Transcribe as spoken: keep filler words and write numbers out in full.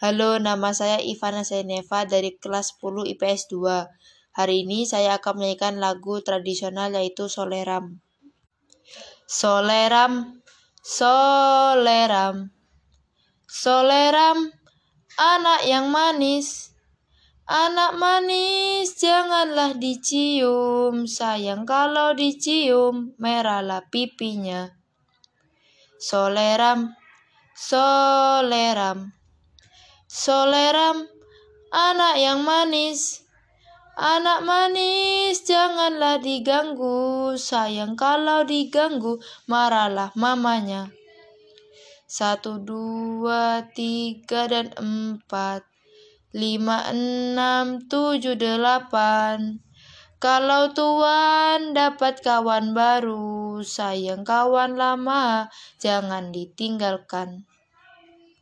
Halo, nama saya Ivana Zaineva dari kelas sepuluh I P S dua. Hari ini saya akan menyanyikan lagu tradisional yaitu Soleram. Soleram, soleram, soleram, anak yang manis. Anak manis janganlah dicium, sayang kalau dicium merahlah pipinya. Soleram, soleram, soleram, anak yang manis. Anak manis janganlah diganggu, sayang kalau diganggu marahlah mamanya. Satu, dua, tiga, dan empat, lima, enam, tujuh, delapan. Kalau tuan dapat kawan baru, sayang kawan lama jangan ditinggalkan.